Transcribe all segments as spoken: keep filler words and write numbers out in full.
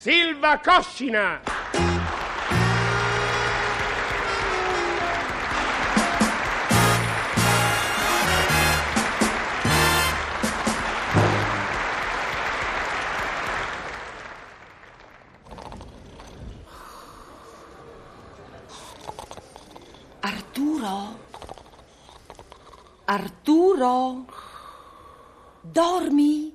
Silva Coscina. Arturo? Arturo? Dormi?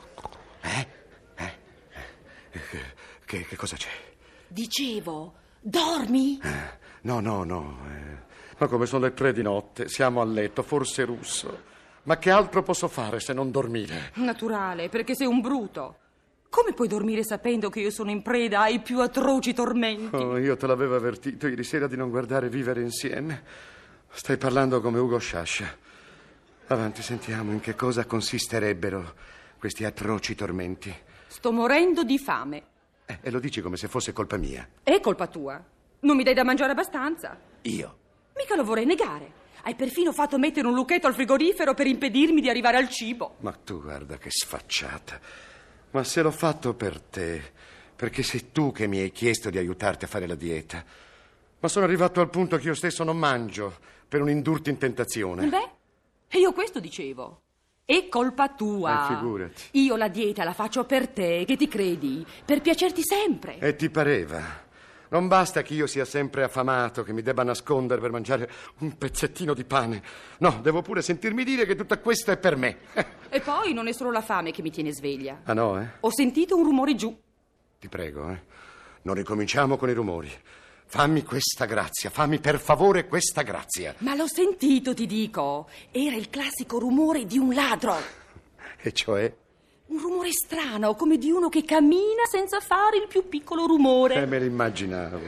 Eh? Eh? eh che, che cosa c'è? Dicevo, dormi? Eh, no, no, no. Eh, ma come sono le tre di notte, siamo a letto, forse russo. Ma che altro posso fare se non dormire? Naturale, perché sei un bruto. Come puoi dormire sapendo che io sono in preda ai più atroci tormenti? Oh, io te l'avevo avvertito ieri sera di non guardare Vivere insieme. Stai parlando come Ugo Sciascia. Avanti, sentiamo in che cosa consisterebbero questi atroci tormenti. Sto morendo di fame. Eh, e lo dici come se fosse colpa mia. È colpa tua. Non mi dai da mangiare abbastanza. Io? Mica lo vorrei negare. Hai perfino fatto mettere un lucchetto al frigorifero per impedirmi di arrivare al cibo. Ma tu guarda che sfacciata. Ma se l'ho fatto per te, perché sei tu che mi hai chiesto di aiutarti a fare la dieta. Ma sono arrivato al punto che io stesso non mangio per non indurti in tentazione. Beh, e io questo dicevo. È colpa tua. Eh, figurati. Io la dieta la faccio per te, che ti credi? Per piacerti sempre. E ti pareva? Non basta che io sia sempre affamato, che mi debba nascondere per mangiare un pezzettino di pane. No, devo pure sentirmi dire che tutto questo è per me. E poi non è solo la fame che mi tiene sveglia. Ah no, eh? Ho sentito un rumore giù. Ti prego, eh? Non ricominciamo con i rumori. Fammi questa grazia, fammi per favore questa grazia. Ma l'ho sentito, ti dico. Era il classico rumore di un ladro. E cioè? Un rumore strano, come di uno che cammina senza fare il più piccolo rumore. Eh, me l'immaginavo.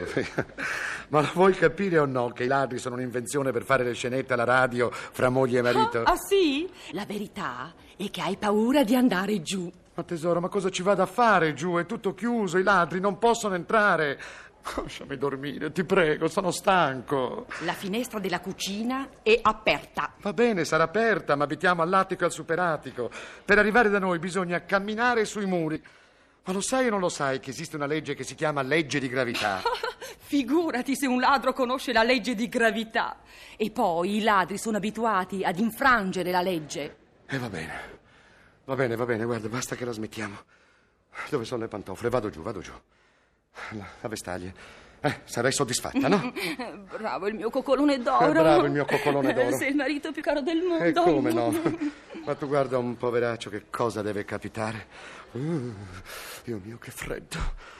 Ma lo vuoi capire o no che i ladri sono un'invenzione per fare le scenette alla radio fra moglie e marito? Ah, ah sì? La verità è che hai paura di andare giù. Ma tesoro, ma cosa ci vado a fare giù? È tutto chiuso, i ladri non possono entrare. Lasciami dormire, ti prego, sono stanco. La finestra della cucina è aperta. Va bene, sarà aperta, ma abitiamo all'attico e al superattico. Per arrivare da noi bisogna camminare sui muri. Ma lo sai o non lo sai che esiste una legge che si chiama legge di gravità? Figurati se un ladro conosce la legge di gravità. E poi i ladri sono abituati ad infrangere la legge. E va bene, va bene, va bene, guarda, basta che la smettiamo. Dove sono le pantofole? Vado giù, vado giù. La, la vestaglia. Eh, sarai soddisfatta, no? Bravo il mio coccolone d'oro. Eh, bravo il mio coccolone d'oro. Sei il marito più caro del mondo. E come no? Ma tu guarda un poveraccio che cosa deve capitare. Uh, Dio mio, che freddo.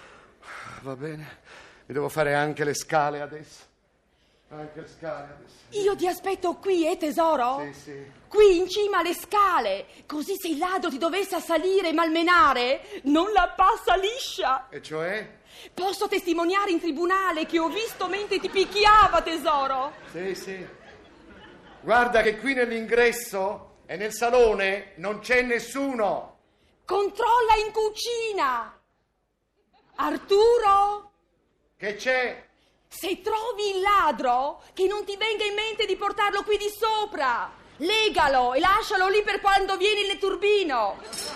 Va bene. Mi devo fare anche le scale adesso. Anche le scale adesso. Io ti aspetto qui, eh tesoro? Sì, sì. Qui in cima alle scale. Così se il ladro ti dovesse assalire e malmenare, non la passa liscia. E cioè? Posso testimoniare in tribunale che ho visto mentre ti picchiava, tesoro. Sì, sì. Guarda che qui nell'ingresso e nel salone non c'è nessuno. Controlla in cucina. Arturo? Che c'è? Se trovi il ladro, che non ti venga in mente di portarlo qui di sopra. Legalo e lascialo lì per quando viene il turbino.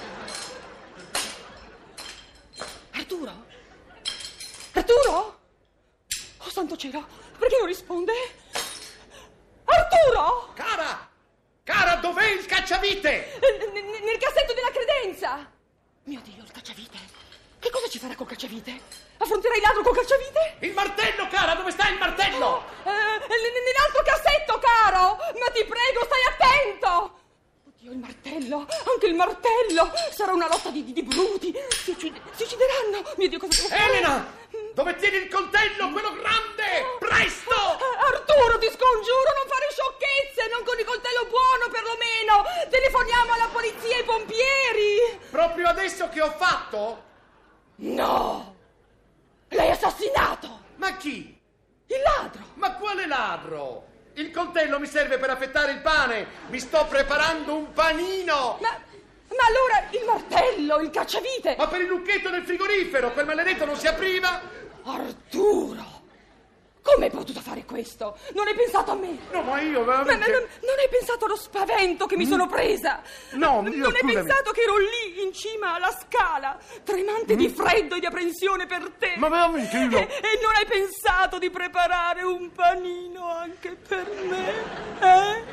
Arturo? Arturo? Oh, santo cielo, perché non risponde? Arturo? Cara! Cara, dov'è il cacciavite? N- n- nel cassetto della credenza. Mio Dio, il cacciavite. Che cosa ci farà col cacciavite? Affronterai il ladro col cacciavite? Il martello, cara, dove sta il martello? Oh, eh, n- nell'altro cassetto, caro. Ma ti prego, stai attento. Oddio, il martello, anche il martello. Sarà una lotta di, di, di bruti. Si, uccide, si uccideranno. Mio Dio, cosa devo fare? Elena! Dove tieni il coltello, quello grande? Presto! Arturo, ti scongiuro, non fare sciocchezze, non con il coltello buono, perlomeno. Telefoniamo alla polizia e ai pompieri. Proprio adesso che ho fatto? No! L'hai assassinato! Ma chi? Il ladro! Ma quale ladro? Il coltello mi serve per affettare il pane. Mi sto preparando un panino. Ma... Ma allora il martello, il cacciavite... Ma per il lucchetto del frigorifero, quel maledetto non si apriva? Arturo, Come hai potuto fare questo? Non hai pensato a me? No, ma io Ma, ma veramente... non, non hai pensato allo spavento che mi sono presa? No, io, Non hai scusami. pensato che ero lì, in cima alla scala, tremante di freddo e di apprensione per te? Ma veramente io... E, e non hai pensato di preparare un panino anche per me? Eh?